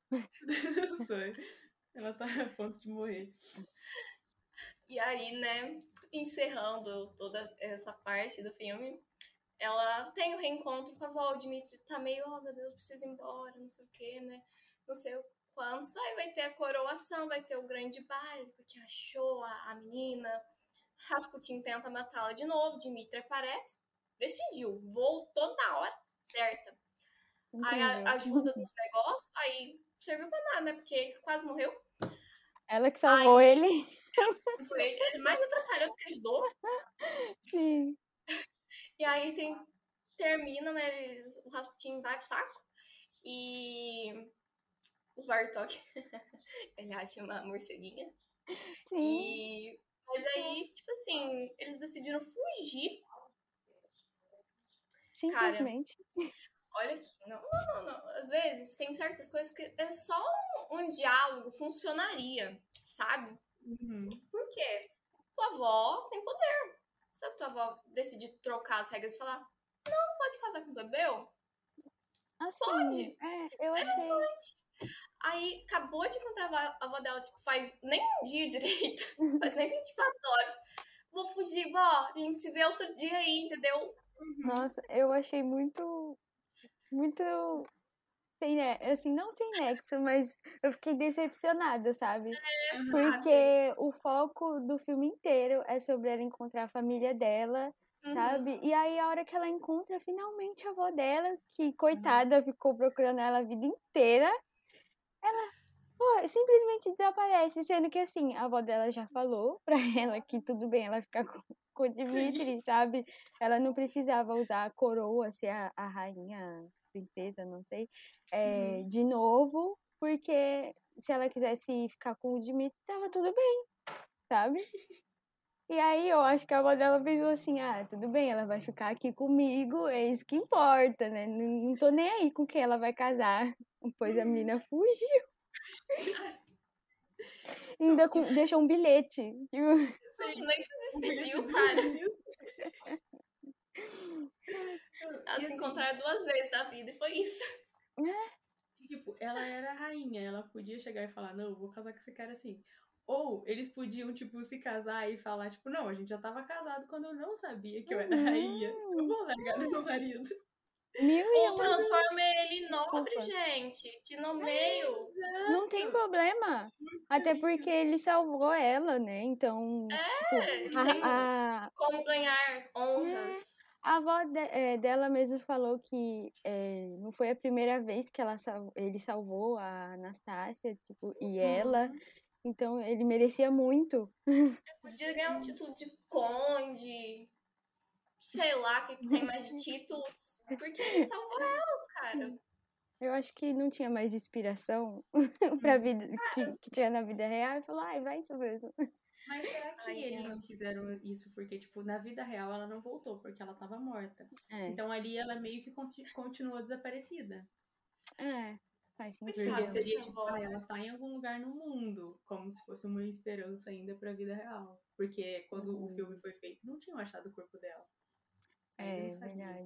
Ela tá a ponto de morrer. E aí, né, encerrando toda essa parte do filme, ela tem o reencontro com a avó. O Dimitri tá meio, meu Deus, preciso ir embora, não sei o que, né? Não sei o quanto. Aí vai ter a coroação, vai ter o grande baile, porque achou a menina. Rasputin tenta matá-la de novo, Dimitri aparece, decidiu, voltou na hora certa. Aí ajuda nos negócios, aí serviu pra nada, né? Porque ele quase morreu. Ela que salvou ele. Foi ele mais atrapalhou do que ajudou. Sim. E aí termina, né? O Rasputin vai pro saco. E o Bartok, ele acha uma morceguinha. Sim. Mas aí, tipo assim, eles decidiram fugir. Simplesmente. Cara, olha aqui, não. Às vezes tem certas coisas que é só um diálogo funcionaria, sabe? Por quê? Tua avó tem poder, se a tua avó decidir trocar as regras e falar, não pode casar com plebeu? Assim, Pode. eu achei. Aí acabou de encontrar a avó dela, tipo, faz nem um dia direito, faz nem 24 horas. Vou fugir, vó, a gente se vê outro dia aí, entendeu? Nossa, eu achei muito, muito sem, assim, não sem nexo, mas eu fiquei decepcionada, sabe? Uhum. Porque o foco do filme inteiro é sobre ela encontrar a família dela, sabe? E aí, a hora que ela encontra finalmente a avó dela, que coitada, ficou procurando ela a vida inteira, ela simplesmente desaparece. Sendo que, assim, a avó dela já falou pra ela que tudo bem ela ficar com o Dimitri, sabe? Ela não precisava usar a coroa, ser a rainha, princesa, não sei, de novo, porque se ela quisesse ficar com o Dimitri, tava tudo bem, sabe? E aí eu acho que a avó dela pensou assim, tudo bem, ela vai ficar aqui comigo, é isso que importa, né? Não tô nem aí com quem ela vai casar. Pois a menina fugiu. Ainda deixou um bilhete. Tipo, Nem se despediu, cara. Elas se encontraram 2 vezes na vida e foi isso. Tipo, ela era a rainha, ela podia chegar e falar, não, eu vou casar com esse cara assim. Ou eles podiam, tipo, se casar e falar, tipo, não, a gente já tava casado quando eu não sabia que eu era rainha. Eu vou largar do meu marido. Ou transforma ele em nobre, gente. Te nomeio. Não tem problema. Até porque ele salvou ela, né? Então, tipo, como ganhar honras. A avó dela mesmo falou que não foi a primeira vez que ele salvou a Anastácia, tipo, e ela. Então, ele merecia muito. Podia ganhar um título de conde, sei lá, que tem mais de títulos. Porque ele salvou elas, cara. Eu acho que não tinha mais inspiração pra vida que tinha na vida real. E falou, vai isso mesmo. Mas será que eles não fizeram isso porque, tipo, na vida real ela não voltou, porque ela tava morta. Então ali ela meio que continuou desaparecida. Faz sentido. Porque seria, tipo, ela tá em algum lugar no mundo, como se fosse uma esperança ainda pra vida real. Porque quando o filme foi feito, não tinham achado o corpo dela. Verdade.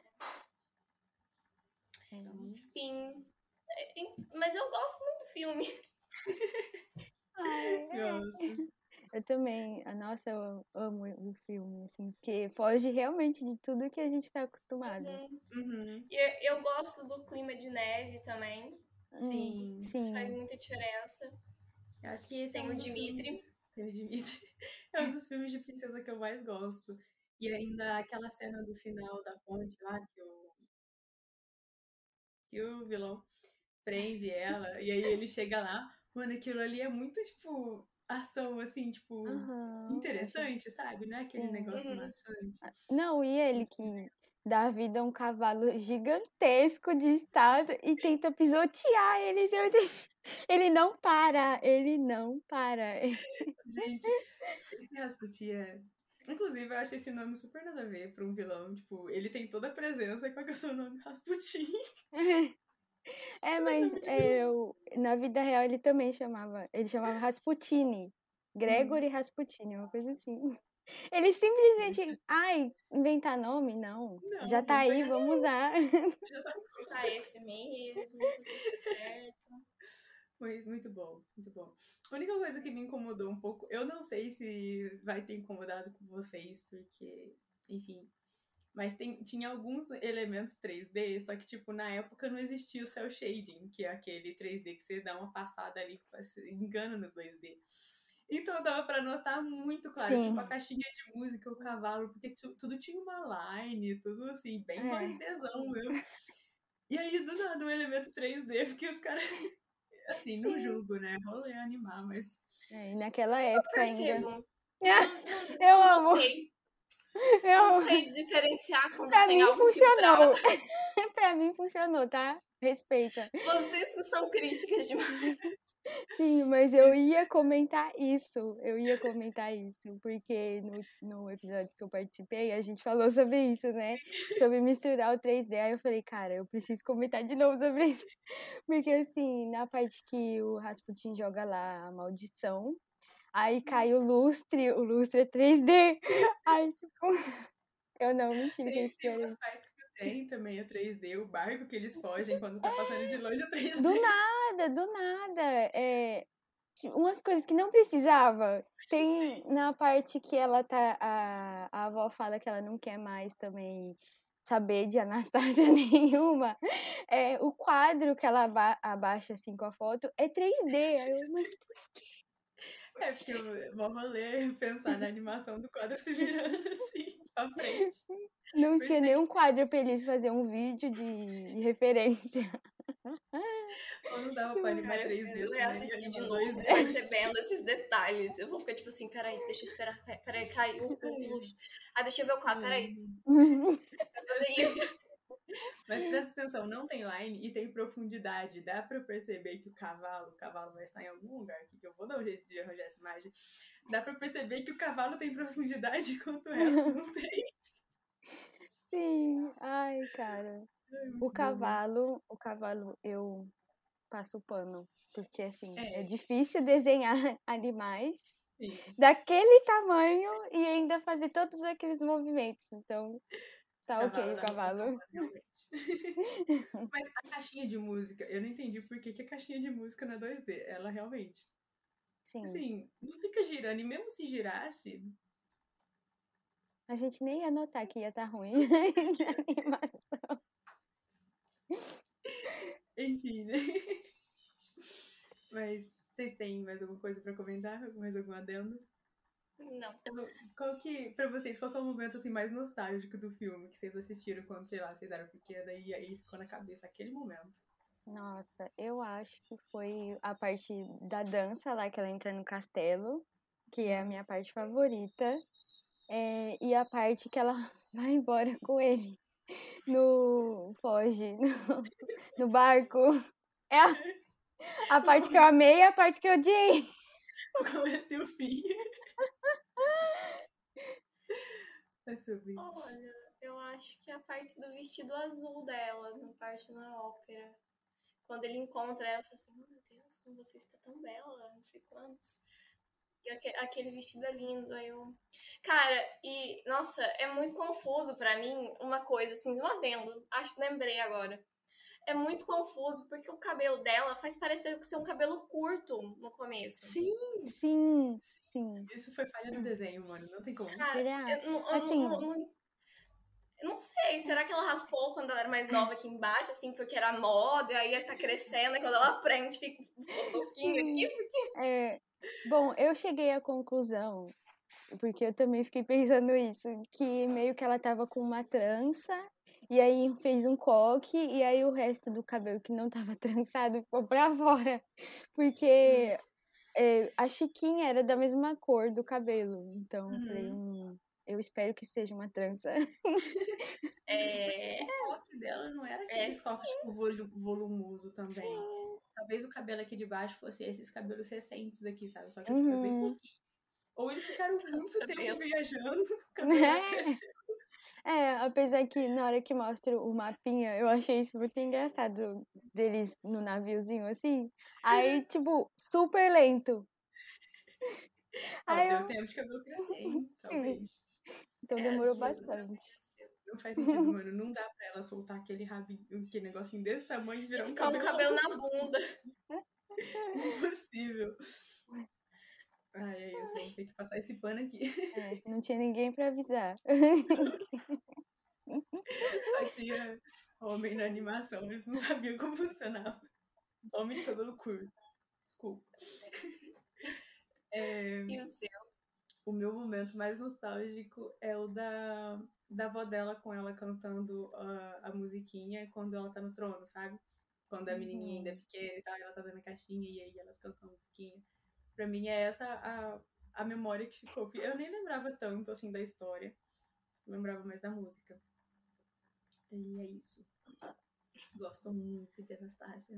Enfim. Mas eu gosto muito do filme. Gosto. Eu também. Nossa, eu amo o filme, assim, porque foge realmente de tudo que a gente tá acostumado. E eu gosto do clima de neve também. Sim. Faz muita diferença. Eu acho que esse tem o Dimitri. Tem o Dimitri. É um dos filmes de princesa que eu mais gosto. E ainda aquela cena do final da ponte lá, que o vilão prende ela, e aí ele chega lá. Mano, aquilo ali é muito, tipo, ação, assim, tipo, interessante, sabe? Não é aquele negócio maçante. Não, e ele que dá vida a um cavalo gigantesco de estado e tenta pisotear eles. Ele não para, ele não para. Gente, esse Rasputin Inclusive, eu acho esse nome super nada a ver pra um vilão. Tipo, ele tem toda a presença com o seu nome Rasputin. Mas na vida real ele também chamava. Ele chamava Rasputini. Gregory Rasputini, uma coisa assim. Ele simplesmente. Inventar nome? Não. Já tá aí, vamos usar. Já tá usar esse mesmo, tá tudo certo. Muito bom, muito bom. A única coisa que me incomodou um pouco, eu não sei se vai ter incomodado com vocês, porque, enfim. Mas tinha alguns elementos 3D, só que, tipo, na época não existia o cel shading, que é aquele 3D que você dá uma passada ali, que engana nos 2D. Então dava pra notar muito claro, tipo, a caixinha de música, o cavalo, porque tudo tinha uma line, tudo assim, bem 2Dzão mesmo. E aí, do nada, um elemento 3D, porque os caras, assim, não julgo, né? Rolê animar, mas... E naquela época ainda... Eu amo. Eu não sei diferenciar quando pra tem mim algo funcionou. Pra mim funcionou, tá? Respeita. Vocês que são críticas demais. Sim, mas eu ia comentar isso. Porque no episódio que eu participei, a gente falou sobre isso, né? Sobre misturar o 3D. Aí eu falei, cara, eu preciso comentar de novo sobre isso. Porque, assim, na parte que o Rasputin joga lá a maldição, Aí cai o lustre é 3D. Aí, tipo, eu não menti que eles Tem fizeram umas isso. partes que o trem também é 3D, o barco que eles fogem quando tá passando de longe é 3D. Do nada. Umas coisas que não precisava. Tem na parte que ela tá. A avó fala que ela não quer mais também saber de Anastácia nenhuma. O quadro que ela abaixa assim com a foto é 3D. Aí eu, mas por quê? É porque eu vou rolê pensar na animação do quadro se virando assim, pra frente. Não tinha nenhum quadro pra eles fazer um vídeo de referência. Ou não dava pra animar Cara, eu 3D preciso também, reassistir de animar novo, 2D. percebendo esses detalhes. Eu vou ficar tipo assim, peraí, deixa eu esperar. Peraí, caiu o luxo. Ah, deixa eu ver o quadro, peraí. Preciso fazer isso. Mas presta atenção, não tem line e tem profundidade. Dá pra perceber que o cavalo vai estar em algum lugar aqui, que eu vou dar um jeito de arranjar essa imagem. Dá pra perceber que o cavalo tem profundidade enquanto o resto não tem. Sim, ai, cara. É O muito bom. cavalo, eu passo pano. Porque, assim, é É, difícil desenhar animais sim. daquele tamanho e ainda fazer todos aqueles movimentos. Então, O tá ok cavalo o dá pra passar um cavalo. pano, realmente. Mas a caixinha de música, eu não entendi por que a caixinha de música não é 2D. Ela realmente. Sim, Assim, não fica girando. E mesmo se girasse, a gente nem ia notar que ia estar ruim. enfim, né? Mas vocês têm mais alguma coisa pra comentar? Mais algum adendo? Não. Pra vocês, qual que é o momento assim, mais nostálgico do filme que vocês assistiram quando, sei lá, vocês eram pequena e aí ficou na cabeça aquele momento? Nossa, eu acho que foi a parte da dança lá que ela entra no castelo, que é a minha parte favorita. E a parte que ela vai embora com ele no foge, no barco. É a O parte que eu amei e a parte que eu odiei. começo e o fim. É sobre. Olha, eu acho que a parte do vestido azul dela, na parte na ópera. Quando ele encontra ela, fala assim, oh, meu Deus, como você está tão bela, não sei quantos. E aquele vestido é lindo. Aí eu. Cara, e nossa, é muito confuso pra mim uma coisa, assim, um adendo. Acho que lembrei agora. É muito confuso porque o cabelo dela faz parecer ser um cabelo curto no começo. Sim! Sim, sim. Isso foi falha do desenho, mano. Não tem como. Cara, Será? Assim, eu não sei, será que ela raspou quando ela era mais nova aqui embaixo, assim, porque era moda, e aí tá crescendo, e quando ela aprende fica um pouquinho aqui, sim. Bom, eu cheguei à conclusão, porque eu também fiquei pensando isso, que meio que ela tava com uma trança, e aí fez um coque, e aí o resto do cabelo que não tava trançado ficou pra fora. Porque a Chiquinha era da mesma cor do cabelo. Então eu falei, eu espero que seja uma trança. é, O coque dela não era é aquele coque, tipo, volumoso também. Talvez o cabelo aqui de baixo fosse esses cabelos recentes aqui, sabe? Só que, tipo, é bem Uhum. pouquinho. Ou eles ficaram muito tempo cabelo. viajando, o cabelo já cresceu. Apesar que na hora que mostra o mapinha, eu achei isso muito engraçado deles no naviozinho assim. Aí, tipo, super lento. Ó, Aí deu eu, tempo de cabelo crescer, hein? sim. Talvez. Então É, demorou tipo, meu bastante. Deus. Não faz sentido, mano. Não dá pra ela soltar aquele rabinho, aquele negocinho desse tamanho e E virar um ficar um cabelo. cabelo na bunda. Impossível. Ai, é isso. Vamos ter que passar esse pano aqui. Não tinha ninguém pra avisar. Só tinha homem na animação, eles não sabiam como funcionava. Homem de cabelo curto. Desculpa. E o seu? O meu momento mais nostálgico é o da avó dela com ela cantando a musiquinha quando ela tá no trono, sabe? Quando a menininha ainda é pequena e tal, ela tá dando a caixinha e aí elas cantam a musiquinha. Pra mim é essa a memória que ficou. Eu nem lembrava tanto, assim, da história. Eu lembrava mais da música. E é isso. Gosto muito de Anastácia.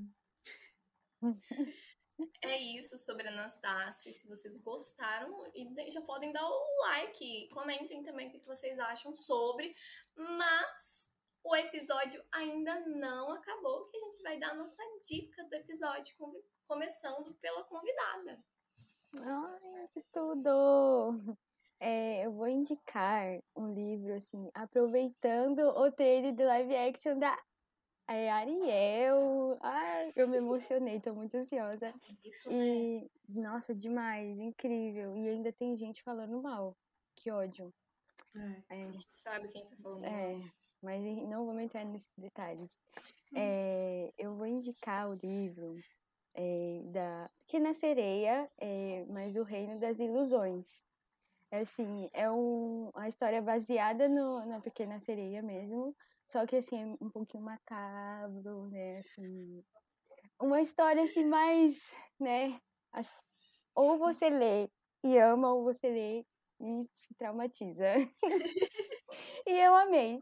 É isso sobre Anastácia. Se vocês gostaram, já podem dar o like. Comentem também o que vocês acham sobre. Mas o episódio ainda não acabou, que a gente vai dar a nossa dica do episódio, começando pela convidada. Ai, que tudo! Eu vou indicar um livro, assim, aproveitando o trailer do live action da Ariel. Ai, eu me emocionei, tô muito ansiosa. Bonito, né? E, nossa, demais, incrível. E ainda tem gente falando mal. Que ódio. É. Sabe quem tá falando? Mas não vamos entrar nesses detalhes. Eu vou indicar o livro da Pequena Sereia, mas o Reino das Ilusões. Assim, uma história baseada na Pequena Sereia mesmo, só que assim, é um pouquinho macabro, né? Assim, uma história assim mais, né? Ou você lê e ama, ou você lê e se traumatiza. E eu amei.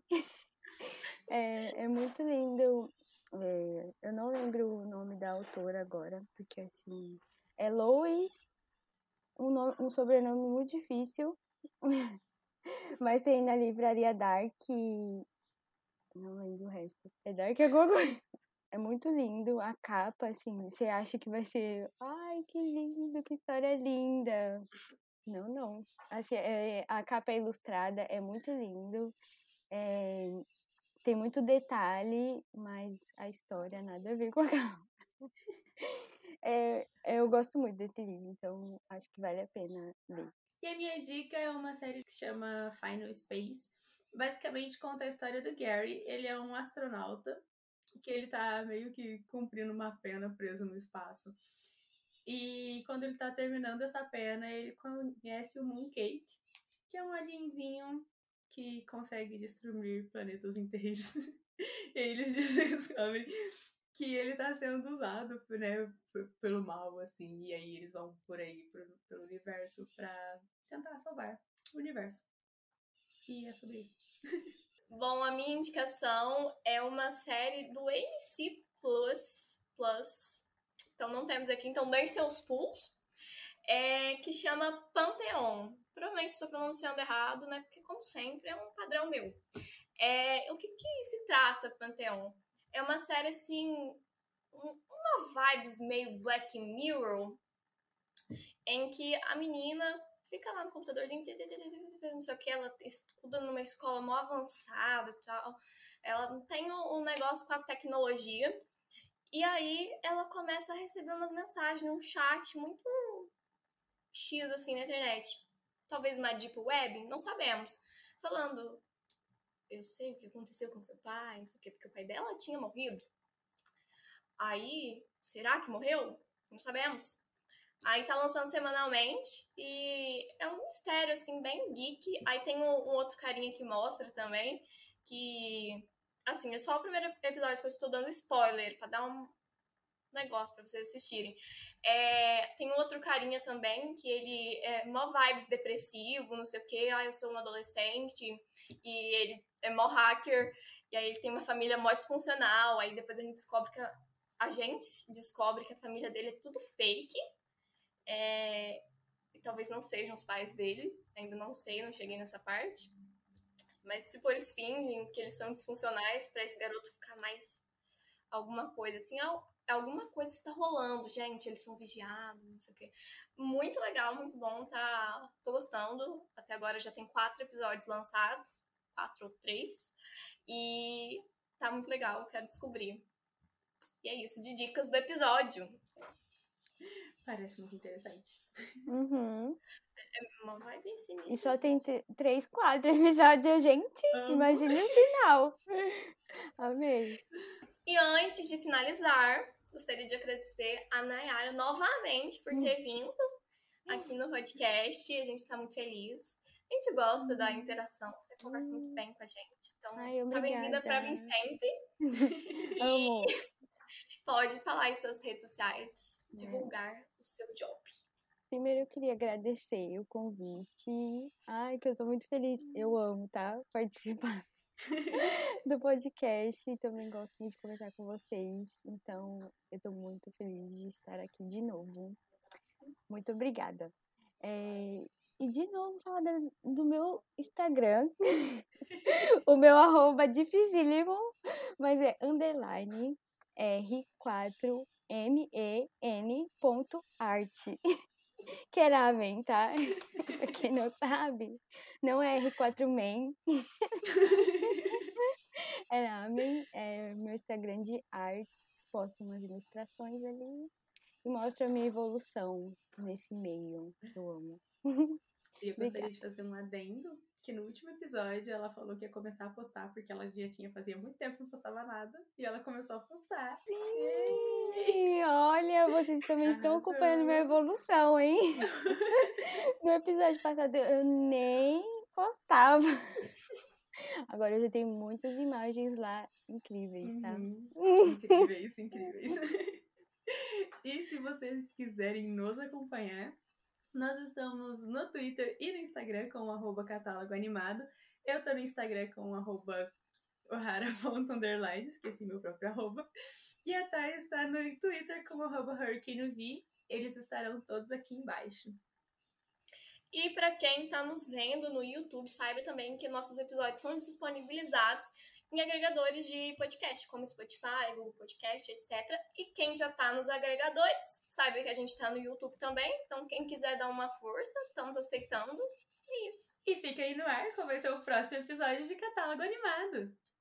É muito lindo. Eu não lembro o nome da autora agora, porque assim, é Lois, um sobrenome muito difícil, mas tem na livraria Dark, não lembro o resto. É Dark alguma coisa. É muito lindo, a capa, assim, você acha que vai ser, ai, que lindo, que história linda. Não, não. Assim, a capa é ilustrada, é muito lindo. Tem muito detalhe, mas a história nada a ver com a capa. Eu gosto muito desse livro, então acho que vale a pena ler. E a minha dica é uma série que se chama Final Space. Basicamente conta a história do Gary. Ele é um astronauta que ele tá meio que cumprindo uma pena preso no espaço. E quando ele tá terminando essa pena, ele conhece o Mooncake, que é um alienzinho que consegue destruir planetas inteiros. E aí eles descobrem que ele tá sendo usado, né, pelo mal, assim. E aí eles vão por aí, pelo universo, pra tentar salvar o universo. E é sobre isso. Bom, a minha indicação é uma série do AMC Plus. Então não temos aqui, então dê seus pulos. Que chama Pantheon. Provavelmente estou pronunciando errado, né? Porque, como sempre, é um padrão meu. O que se trata, Pantheon? É uma série, assim, uma vibes meio Black Mirror, em que a menina fica lá no computadorzinho, não sei o que, ela estuda numa escola mó avançada e tal. Ela tem um negócio com a tecnologia. E aí ela começa a receber umas mensagens num chat muito X assim na internet. Talvez uma deep web, não sabemos. Falando, eu sei o que aconteceu com seu pai, não sei o que, porque o pai dela tinha morrido. Aí, será que morreu? Não sabemos. Aí tá lançando semanalmente e é um mistério, assim, bem geek. Aí tem um outro carinha que mostra também, que, assim, é só o primeiro episódio que eu estou dando spoiler, pra dar um negócio pra vocês assistirem. Tem um outro carinha também, que ele é mó vibes depressivo, não sei o quê. Eu sou um adolescente e ele é mó hacker. E aí ele tem uma família mó disfuncional. Aí depois a gente descobre que a família dele é tudo fake. E talvez não sejam os pais dele. Ainda não sei, não cheguei nessa parte. Mas tipo, eles fingem que eles são disfuncionais pra esse garoto ficar mais alguma coisa assim. Alguma coisa está rolando, gente. Eles são vigiados, não sei o quê. Muito legal, muito bom. Tô gostando. Até agora já tem 4 episódios lançados. 4 ou 3. E tá muito legal, quero descobrir. E é isso, de dicas do episódio. Parece muito interessante. Uhum. Uma vibe assim. E só tem 3, 4 episódios, gente. Imagine o final. Amei. E antes de finalizar, gostaria de agradecer a Nayara novamente por ter vindo aqui no podcast. A gente está muito feliz. A gente gosta da interação, você conversa muito bem com a gente. Então, tá bem-vinda para vir sempre. Amo. Pode falar em suas redes sociais, divulgar o seu job. Primeiro eu queria agradecer o convite. Ai, que eu tô muito feliz. Eu amo, tá? Participar do podcast. Também gosto muito de conversar com vocês. Então, eu tô muito feliz de estar aqui de novo. Muito obrigada. E de novo, falar do meu Instagram. O meu @ dificílimo, mas é _R4MEN.art. Que é ramen, tá? Pra quem não sabe, não é R4Man. É ramen, é meu Instagram de artes. Posto umas ilustrações ali e mostro a minha evolução nesse meio que eu amo. E eu Obrigada. gostaria de fazer um adendo, que no último episódio ela falou que ia começar a postar, porque ela fazia muito tempo que não postava nada, e ela começou a postar. Sim, olha, vocês também estão Arrasou. acompanhando minha evolução, hein? No episódio passado eu nem postava. Agora eu já tenho muitas imagens lá incríveis, tá? Incríveis, incríveis. E se vocês quiserem nos acompanhar, nós estamos no Twitter e no Instagram com o @catálogo_animado. Eu tô no Instagram com @ohara_, esqueci meu próprio arroba. E a Thay está no Twitter com @hurricanev. Eles estarão todos aqui embaixo. E para quem está nos vendo no YouTube, saiba também que nossos episódios são disponibilizados em agregadores de podcast, como Spotify, Google Podcast, etc. E quem já está nos agregadores, saiba que a gente está no YouTube também. Então, quem quiser dar uma força, estamos aceitando. É isso. E fica aí no ar qual vai ser o próximo episódio de Catálogo Animado.